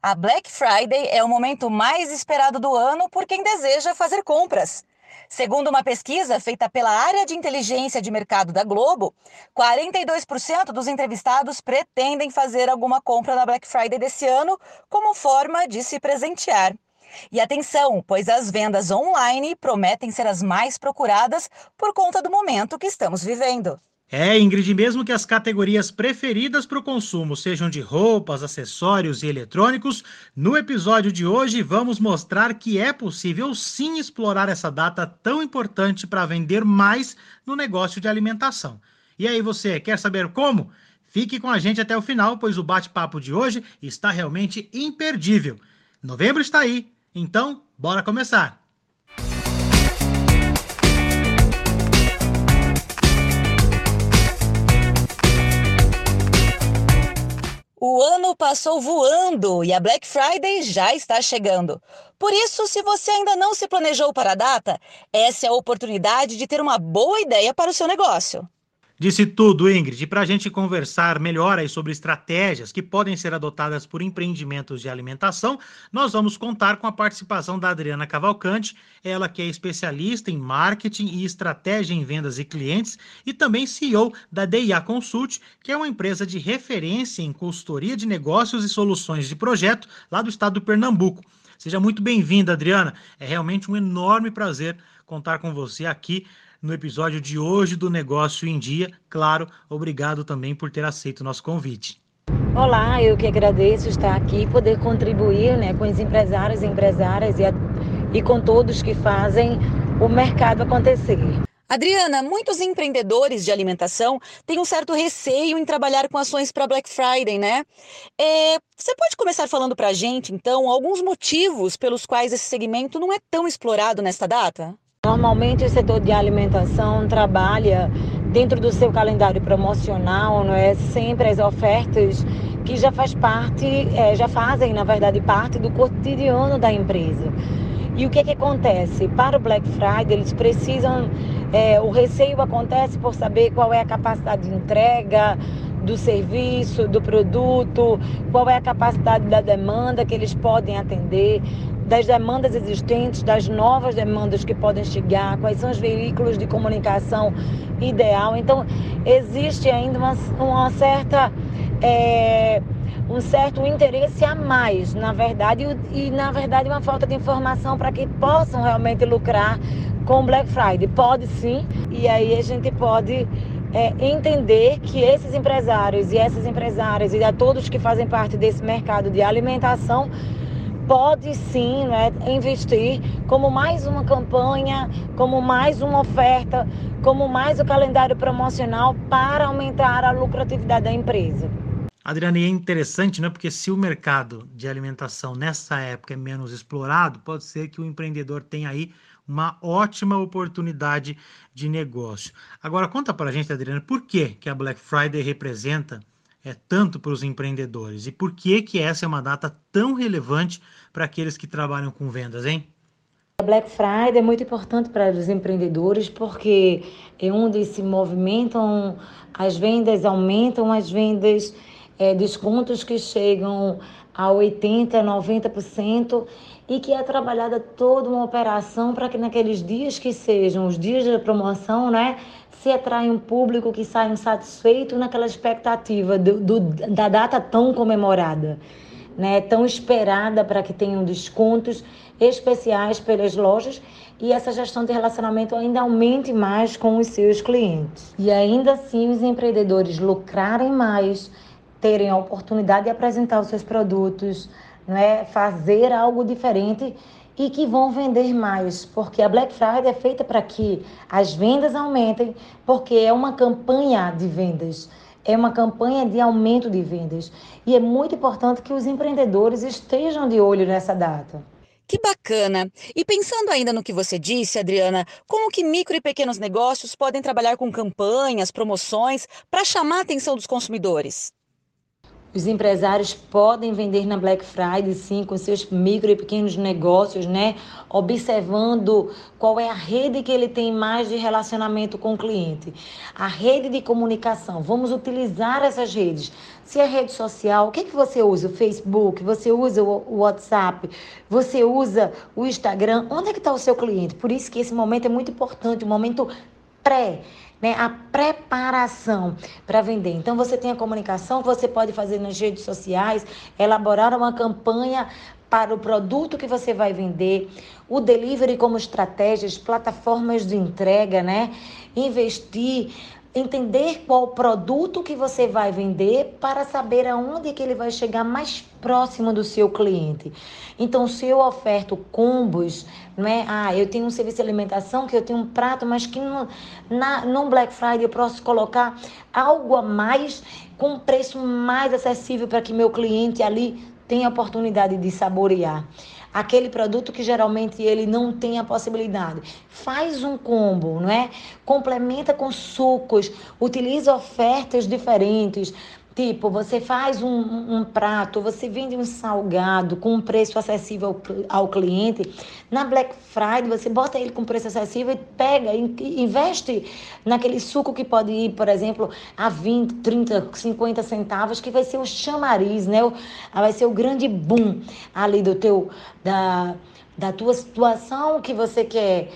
A Black Friday é o momento mais esperado do ano por quem deseja fazer compras. Segundo uma pesquisa feita pela área de inteligência de mercado da Globo, 42% dos entrevistados pretendem fazer alguma compra na Black Friday desse ano como forma de se presentear. E atenção, pois as vendas online prometem ser as mais procuradas por conta do momento que estamos vivendo. Ingrid, mesmo que as categorias preferidas para o consumo sejam de roupas, acessórios e eletrônicos, no episódio de hoje vamos mostrar que é possível sim explorar essa data tão importante para vender mais no negócio de alimentação. E aí, você quer saber como? Fique com a gente até o final, pois o bate-papo de hoje está realmente imperdível. Novembro está aí, então bora começar! O ano passou voando e a Black Friday já está chegando. Por isso, se você ainda não se planejou para a data, essa é a oportunidade de ter uma boa ideia para o seu negócio. Disse tudo, Ingrid. E para a gente conversar melhor aí sobre estratégias que podem ser adotadas por empreendimentos de alimentação, nós vamos contar com a participação da Adriana Cavalcante, ela que é especialista em marketing e estratégia em vendas e clientes e também CEO da DIA Consult, que é uma empresa de referência em consultoria de negócios e soluções de projeto lá do estado do Pernambuco. Seja muito bem-vinda, Adriana. É realmente um enorme prazer contar com você aqui no episódio de hoje do Negócio em Dia. Claro, obrigado também por ter aceito o nosso convite. Olá, eu que agradeço estar aqui e poder contribuir, com os empresários e empresárias e com todos que fazem o mercado acontecer. Adriana, muitos empreendedores de alimentação têm um certo receio em trabalhar com ações para Black Friday, né? Você pode começar falando para a gente, então, alguns motivos pelos quais esse segmento não é tão explorado nesta data? Normalmente o setor de alimentação trabalha dentro do seu calendário promocional, não é? Sempre as ofertas que já fazem, na verdade, parte do cotidiano da empresa. E o que acontece? Para o Black Friday, eles precisam, o receio acontece por saber qual é a capacidade de entrega do serviço, do produto, qual é a capacidade da demanda que eles podem atender, das demandas existentes, das novas demandas que podem chegar, quais são os veículos de comunicação ideal. Então, existe ainda um certo interesse a mais, na verdade, uma falta de informação para que possam realmente lucrar com o Black Friday. Pode sim, e aí a gente pode entender que esses empresários e essas empresárias e a todos que fazem parte desse mercado de alimentação pode sim, investir como mais uma campanha, como mais uma oferta, como mais o calendário promocional para aumentar a lucratividade da empresa. Adriana, e é interessante, né? Porque se o mercado de alimentação nessa época é menos explorado, pode ser que o empreendedor tenha aí uma ótima oportunidade de negócio. Agora, conta para a gente, Adriana, por que a Black Friday representa tanto para os empreendedores e por que essa é uma data tão relevante para aqueles que trabalham com vendas, hein? A Black Friday é muito importante para os empreendedores porque é onde se movimentam as vendas, aumentam as vendas, descontos que chegam a 80%, 90% e que é trabalhada toda uma operação para que naqueles dias que sejam os dias da promoção, se atrai um público que saia satisfeito naquela expectativa da data tão comemorada, tão esperada para que tenham descontos especiais pelas lojas e essa gestão de relacionamento ainda aumente mais com os seus clientes. E ainda assim os empreendedores lucrarem mais, terem a oportunidade de apresentar os seus produtos, fazer algo diferente e que vão vender mais, porque a Black Friday é feita para que as vendas aumentem, porque é uma campanha de vendas, é uma campanha de aumento de vendas. E é muito importante que os empreendedores estejam de olho nessa data. Que bacana! E pensando ainda no que você disse, Adriana, como que micro e pequenos negócios podem trabalhar com campanhas, promoções, para chamar a atenção dos consumidores? Os empresários podem vender na Black Friday, sim, com seus micro e pequenos negócios, né? Observando qual é a rede que ele tem mais de relacionamento com o cliente. A rede de comunicação. Vamos utilizar essas redes. Se é rede social, o que você usa? O Facebook? Você usa o WhatsApp? Você usa o Instagram? Onde é que está o seu cliente? Por isso que esse momento é muito importante, o momento pré, né? A preparação para vender. Então, você tem a comunicação que você pode fazer nas redes sociais, elaborar uma campanha para o produto que você vai vender, o delivery como estratégias, plataformas de entrega, né? Investir, entender qual produto que você vai vender para saber aonde que ele vai chegar mais próximo do seu cliente. Então, se eu oferto combos, não é? Eu tenho um serviço de alimentação que eu tenho um prato, mas que no Black Friday eu posso colocar algo a mais com um preço mais acessível para que meu cliente ali tenha a oportunidade de saborear aquele produto que geralmente ele não tem a possibilidade. Faz um combo, não é? Complementa com sucos, utiliza ofertas diferentes. Tipo, você faz um prato, você vende um salgado com um preço acessível ao cliente. Na Black Friday, você bota ele com preço acessível e pega, investe naquele suco que pode ir, por exemplo, a 20, 30, 50 centavos, que vai ser o chamariz, né? Vai ser o grande boom ali da tua situação que você quer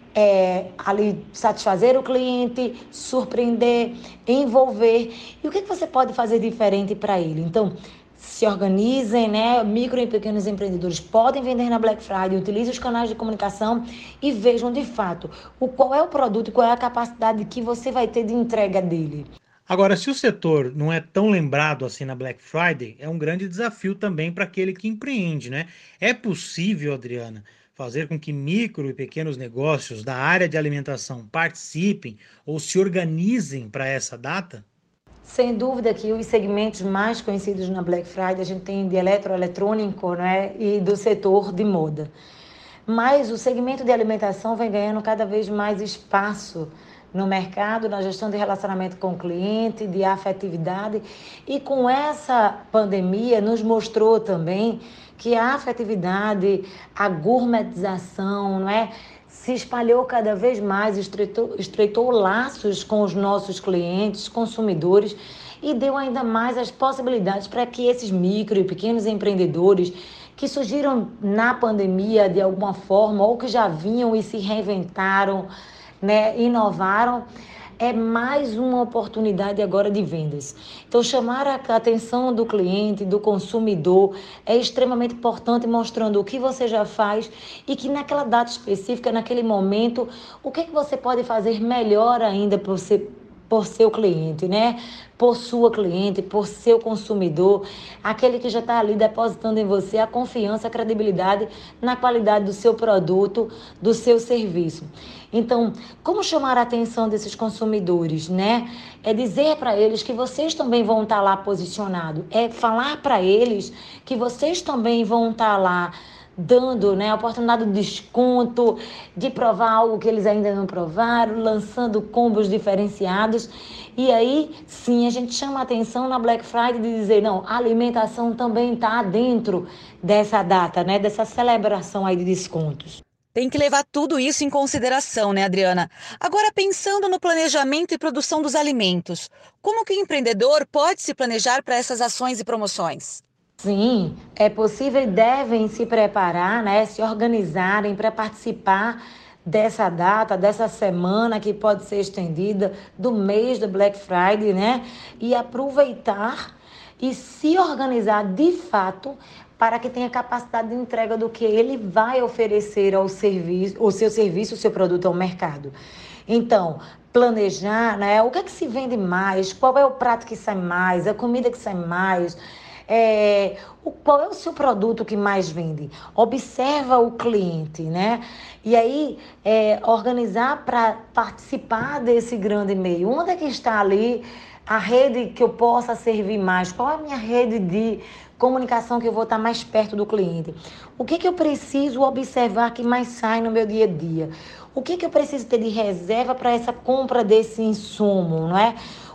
ali satisfazer o cliente, surpreender, envolver. E o que você pode fazer diferente para ele? Então, se organizem, né? Micro e pequenos empreendedores podem vender na Black Friday, utilizem os canais de comunicação e vejam de fato qual é o produto e qual é a capacidade que você vai ter de entrega dele. Agora, se o setor não é tão lembrado assim na Black Friday, é um grande desafio também para aquele que empreende, né? É possível, Adriana, fazer com que micro e pequenos negócios da área de alimentação participem ou se organizem para essa data? Sem dúvida que os segmentos mais conhecidos na Black Friday, a gente tem de eletroeletrônico, né, e do setor de moda. Mas o segmento de alimentação vem ganhando cada vez mais espaço no mercado, na gestão de relacionamento com o cliente, de afetividade. E com essa pandemia nos mostrou também que a afetividade, a gourmetização, não é? Se espalhou cada vez mais, estreitou laços com os nossos clientes, consumidores, e deu ainda mais as possibilidades para que esses micro e pequenos empreendedores que surgiram na pandemia de alguma forma, ou que já vinham e se reinventaram, né, inovaram, é mais uma oportunidade agora de vendas. Então, chamar a atenção do cliente, do consumidor, é extremamente importante, mostrando o que você já faz e que naquela data específica, naquele momento, o que você pode fazer melhor ainda por seu cliente, né? Por sua cliente, por seu consumidor, aquele que já está ali depositando em você a confiança, a credibilidade na qualidade do seu produto, do seu serviço. Então, como chamar a atenção desses consumidores, né? É dizer para eles que vocês também vão estar lá posicionados, é falar para eles que vocês também vão estar lá dando, né, a oportunidade de desconto, de provar algo que eles ainda não provaram, lançando combos diferenciados. E aí, sim, a gente chama a atenção na Black Friday de dizer, não, a alimentação também está dentro dessa data, né, dessa celebração aí de descontos. Tem que levar tudo isso em consideração, né, Adriana? Agora, pensando no planejamento e produção dos alimentos, como que o empreendedor pode se planejar para essas ações e promoções? Sim, é possível e devem se preparar, né, se organizarem para participar dessa data, dessa semana que pode ser estendida, do mês do Black Friday, né? E aproveitar e se organizar de fato para que tenha capacidade de entrega do que ele vai oferecer ao serviço, o seu serviço, o seu produto ao mercado. Então, planejar, né? O que é que se vende mais? Qual é o prato que sai mais? A comida que sai mais? Qual é o seu produto que mais vende? Observa o cliente, né? E aí, organizar para participar desse grande meio. Onde é que está ali a rede que eu possa servir mais? Qual é a minha rede de comunicação que eu vou estar mais perto do cliente? O que eu preciso observar que mais sai no meu dia a dia? O que eu preciso ter de reserva para essa compra desse insumo, não é?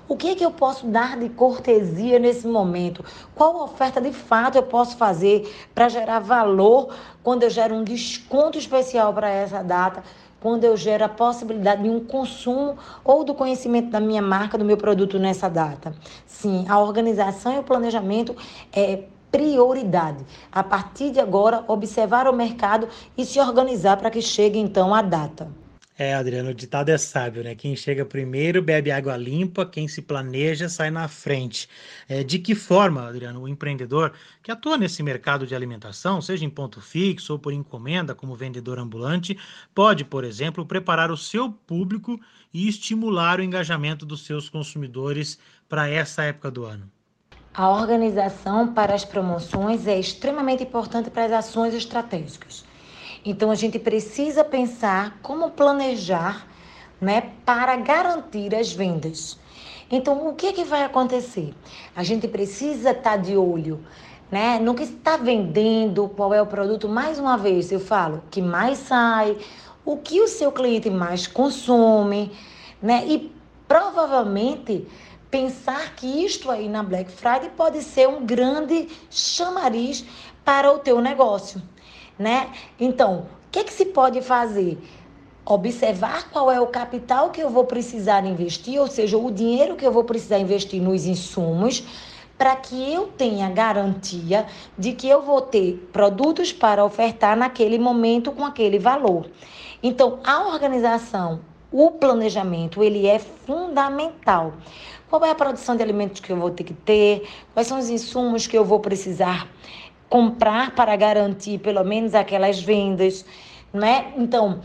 O que é que eu posso dar de cortesia nesse momento? Qual oferta de fato eu posso fazer para gerar valor quando eu gero um desconto especial para essa data? Quando eu gero a possibilidade de um consumo ou do conhecimento da minha marca, do meu produto nessa data. Sim, a organização e o planejamento é prioridade. A partir de agora, observar o mercado e se organizar para que chegue então a data. Adriano, o ditado é sábio, né? Quem chega primeiro bebe água limpa, quem se planeja sai na frente. De que forma, Adriano, o empreendedor que atua nesse mercado de alimentação, seja em ponto fixo ou por encomenda, como vendedor ambulante, pode, por exemplo, preparar o seu público e estimular o engajamento dos seus consumidores para essa época do ano? A organização para as promoções é extremamente importante para as ações estratégicas. Então, a gente precisa pensar como planejar, né, para garantir as vendas. Então, o que vai acontecer? A gente precisa estar de olho, né, no que está vendendo, qual é o produto, mais uma vez, eu falo, que mais sai, o que o seu cliente mais consome, né, e provavelmente pensar que isto aí na Black Friday pode ser um grande chamariz para o teu negócio, né? Então, o que se pode fazer? Observar qual é o capital que eu vou precisar investir, ou seja, o dinheiro que eu vou precisar investir nos insumos, para que eu tenha garantia de que eu vou ter produtos para ofertar naquele momento com aquele valor. Então, a organização, o planejamento, ele é fundamental. Qual é a produção de alimentos que eu vou ter que ter? Quais são os insumos que eu vou precisar comprar para garantir pelo menos aquelas vendas, né? Então,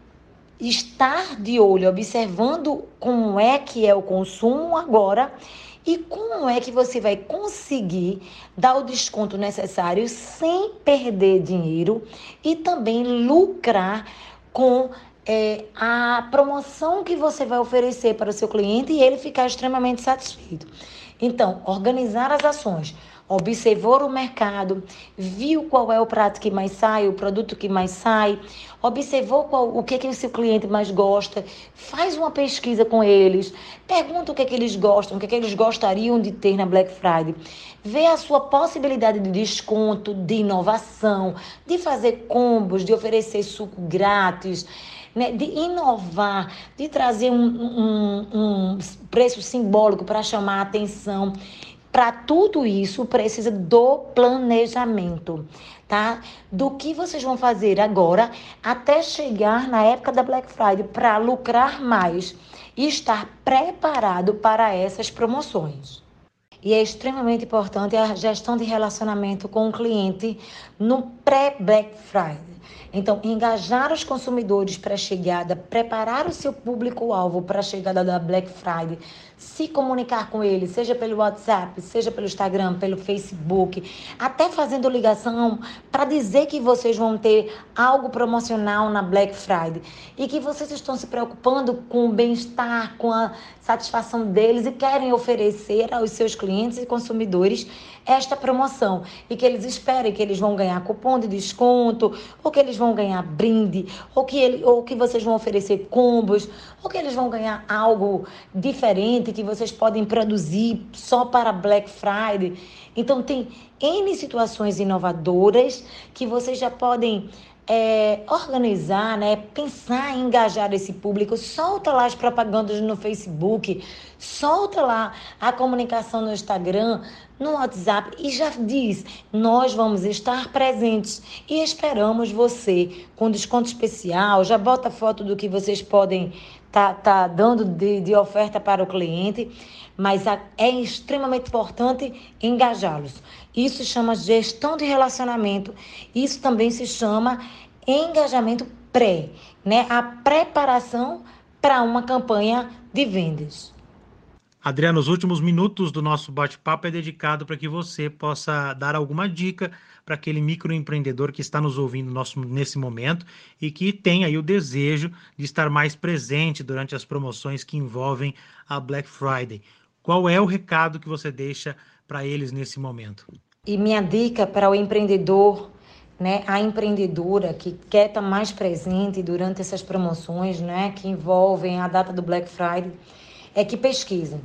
estar de olho, observando como é que é o consumo agora e como é que você vai conseguir dar o desconto necessário sem perder dinheiro e também lucrar com a promoção que você vai oferecer para o seu cliente e ele ficar extremamente satisfeito. Então, organizar as ações, observou o mercado, viu qual é o prato que mais sai, o produto que mais sai, observou o que o seu cliente mais gosta, faz uma pesquisa com eles, pergunta o que eles gostam, o que eles gostariam de ter na Black Friday, vê a sua possibilidade de desconto, de inovação, de fazer combos, de oferecer suco grátis, né, de inovar, de trazer um preço simbólico para chamar a atenção. Para tudo isso, precisa do planejamento, tá? Do que vocês vão fazer agora até chegar na época da Black Friday para lucrar mais e estar preparado para essas promoções. E é extremamente importante a gestão de relacionamento com o cliente no pré-Black Friday. Então, engajar os consumidores para a chegada, preparar o seu público-alvo para a chegada da Black Friday, se comunicar com eles, seja pelo WhatsApp, seja pelo Instagram, pelo Facebook, até fazendo ligação para dizer que vocês vão ter algo promocional na Black Friday e que vocês estão se preocupando com o bem-estar, com a satisfação deles e querem oferecer aos seus clientes e consumidores esta promoção e que eles esperem que eles vão ganhar cupom de desconto, ou que eles vão ganhar brinde, ou que vocês vão oferecer combos, ou que eles vão ganhar algo diferente que vocês podem produzir só para Black Friday. Então tem N situações inovadoras que vocês já podem organizar, né? Pensar em engajar esse público, solta lá as propagandas no Facebook, solta lá a comunicação no Instagram, no WhatsApp e já diz, nós vamos estar presentes e esperamos você com desconto especial, já bota foto do que vocês podem tá dando de oferta para o cliente, mas é extremamente importante engajá-los. Isso chama gestão de relacionamento, isso também se chama engajamento pré, né? A preparação para uma campanha de vendas. Adriano, os últimos minutos do nosso bate-papo é dedicado para que você possa dar alguma dica para aquele microempreendedor que está nos ouvindo nesse momento e que tem aí o desejo de estar mais presente durante as promoções que envolvem a Black Friday. Qual é o recado que você deixa para eles nesse momento? E minha dica para o empreendedor, né, a empreendedora que quer estar mais presente durante essas promoções, né, que envolvem a data do Black Friday, é que pesquisem.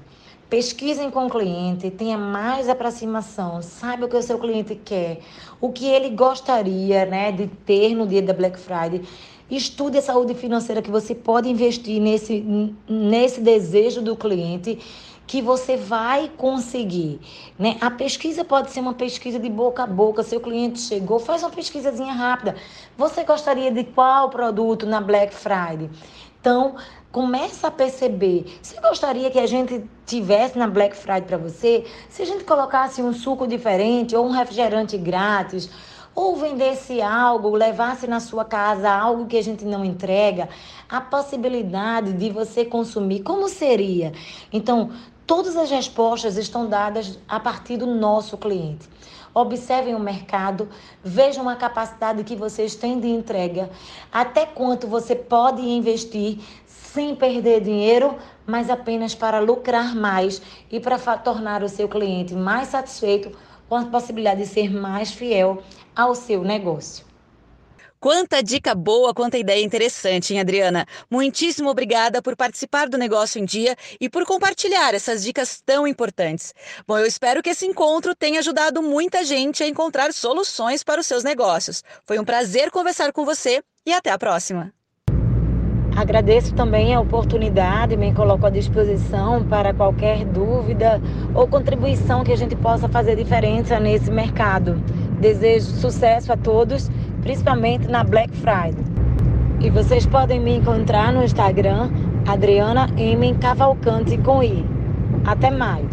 Pesquisem com o cliente, tenha mais aproximação, saiba o que o seu cliente quer, o que ele gostaria, né, de ter no dia da Black Friday. Estude a saúde financeira que você pode investir nesse desejo do cliente que você vai conseguir, né? A pesquisa pode ser uma pesquisa de boca a boca. Seu cliente chegou, faz uma pesquisazinha rápida. Você gostaria de qual produto na Black Friday? Então, começa a perceber. Você gostaria que a gente tivesse na Black Friday para você? Se a gente colocasse um suco diferente ou um refrigerante grátis, ou vendesse algo, levasse na sua casa algo que a gente não entrega, a possibilidade de você consumir, como seria? Então, todas as respostas estão dadas a partir do nosso cliente. Observem o mercado, vejam a capacidade que vocês têm de entrega, até quanto você pode investir sem perder dinheiro, mas apenas para lucrar mais e para tornar o seu cliente mais satisfeito, com a possibilidade de ser mais fiel ao seu negócio. Quanta dica boa, quanta ideia interessante, hein, Adriana? Muitíssimo obrigada por participar do Negócio em Dia e por compartilhar essas dicas tão importantes. Bom, eu espero que esse encontro tenha ajudado muita gente a encontrar soluções para os seus negócios. Foi um prazer conversar com você e até a próxima. Agradeço também a oportunidade, me coloco à disposição para qualquer dúvida ou contribuição que a gente possa fazer diferença nesse mercado. Desejo sucesso a todos, principalmente na Black Friday. E vocês podem me encontrar no Instagram, Adriana M. Cavalcante com I. Até mais!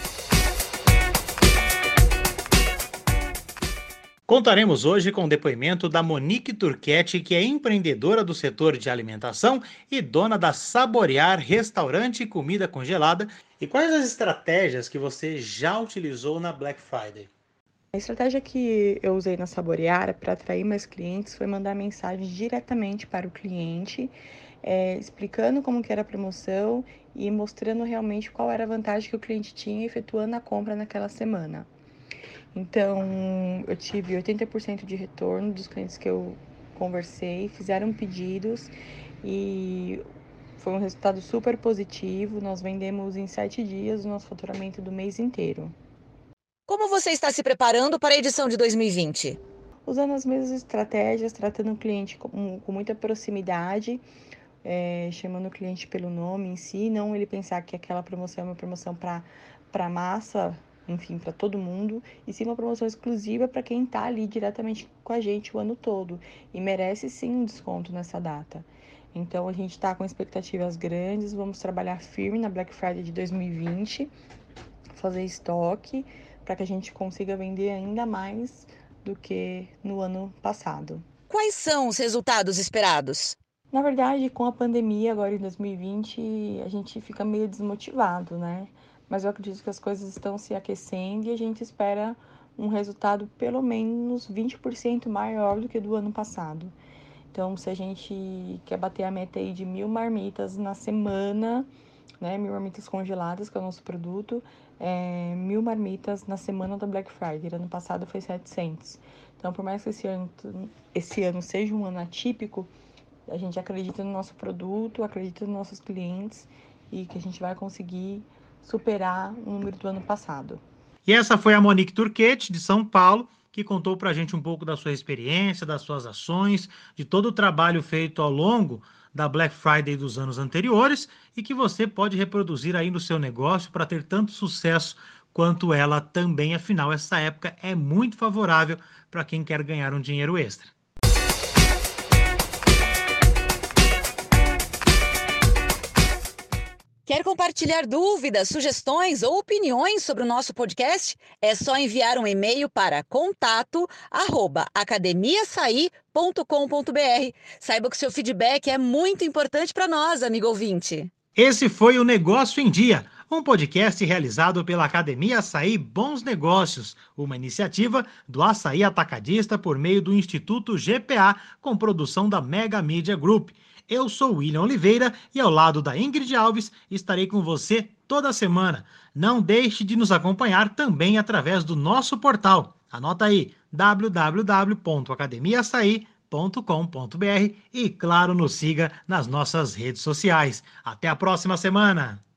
Contaremos hoje com o depoimento da Monique Turquete, que é empreendedora do setor de alimentação e dona da Saborear Restaurante e Comida Congelada. E quais as estratégias que você já utilizou na Black Friday? A estratégia que eu usei na Saborear para atrair mais clientes foi mandar mensagem diretamente para o cliente, explicando como que era a promoção e mostrando realmente qual era a vantagem que o cliente tinha efetuando a compra naquela semana. Então, eu tive 80% de retorno dos clientes que eu conversei, fizeram pedidos e foi um resultado super positivo. Nós vendemos em 7 dias o nosso faturamento do mês inteiro. Como você está se preparando para a edição de 2020? Usando as mesmas estratégias, tratando o cliente com muita proximidade, chamando o cliente pelo nome em si, não ele pensar que aquela promoção é uma promoção para massa, enfim, para todo mundo, e sim uma promoção exclusiva para quem está ali diretamente com a gente o ano todo e merece sim um desconto nessa data. Então a gente está com expectativas grandes, vamos trabalhar firme na Black Friday de 2020, fazer estoque para que a gente consiga vender ainda mais do que no ano passado. Quais são os resultados esperados? Na verdade, com a pandemia agora em 2020, a gente fica meio desmotivado, né? Mas eu acredito que as coisas estão se aquecendo e a gente espera um resultado pelo menos 20% maior do que do ano passado. Então, se a gente quer bater a meta aí de 1.000 marmitas na semana, né, 1.000 marmitas congeladas, que é o nosso produto, 1.000 marmitas na semana da Black Friday. Ano passado foi 700. Então, por mais que esse ano seja um ano atípico, a gente acredita no nosso produto, acredita nos nossos clientes e que a gente vai conseguir superar o número do ano passado. E essa foi a Monique Turquete, de São Paulo, que contou para a gente um pouco da sua experiência, das suas ações, de todo o trabalho feito ao longo da Black Friday dos anos anteriores e que você pode reproduzir aí no seu negócio para ter tanto sucesso quanto ela também. Afinal, essa época é muito favorável para quem quer ganhar um dinheiro extra. Quer compartilhar dúvidas, sugestões ou opiniões sobre o nosso podcast? É só enviar um e-mail para contato@academiaçaí.com.br. Saiba que seu feedback é muito importante para nós, amigo ouvinte. Esse foi o Negócio em Dia, um podcast realizado pela Academia Açaí Bons Negócios, uma iniciativa do Açaí Atacadista por meio do Instituto GPA, com produção da Mega Media Group. Eu sou William Oliveira e ao lado da Ingrid Alves estarei com você toda semana. Não deixe de nos acompanhar também através do nosso portal. Anota aí, www.academiaaçaí.com.br e, claro, nos siga nas nossas redes sociais. Até a próxima semana!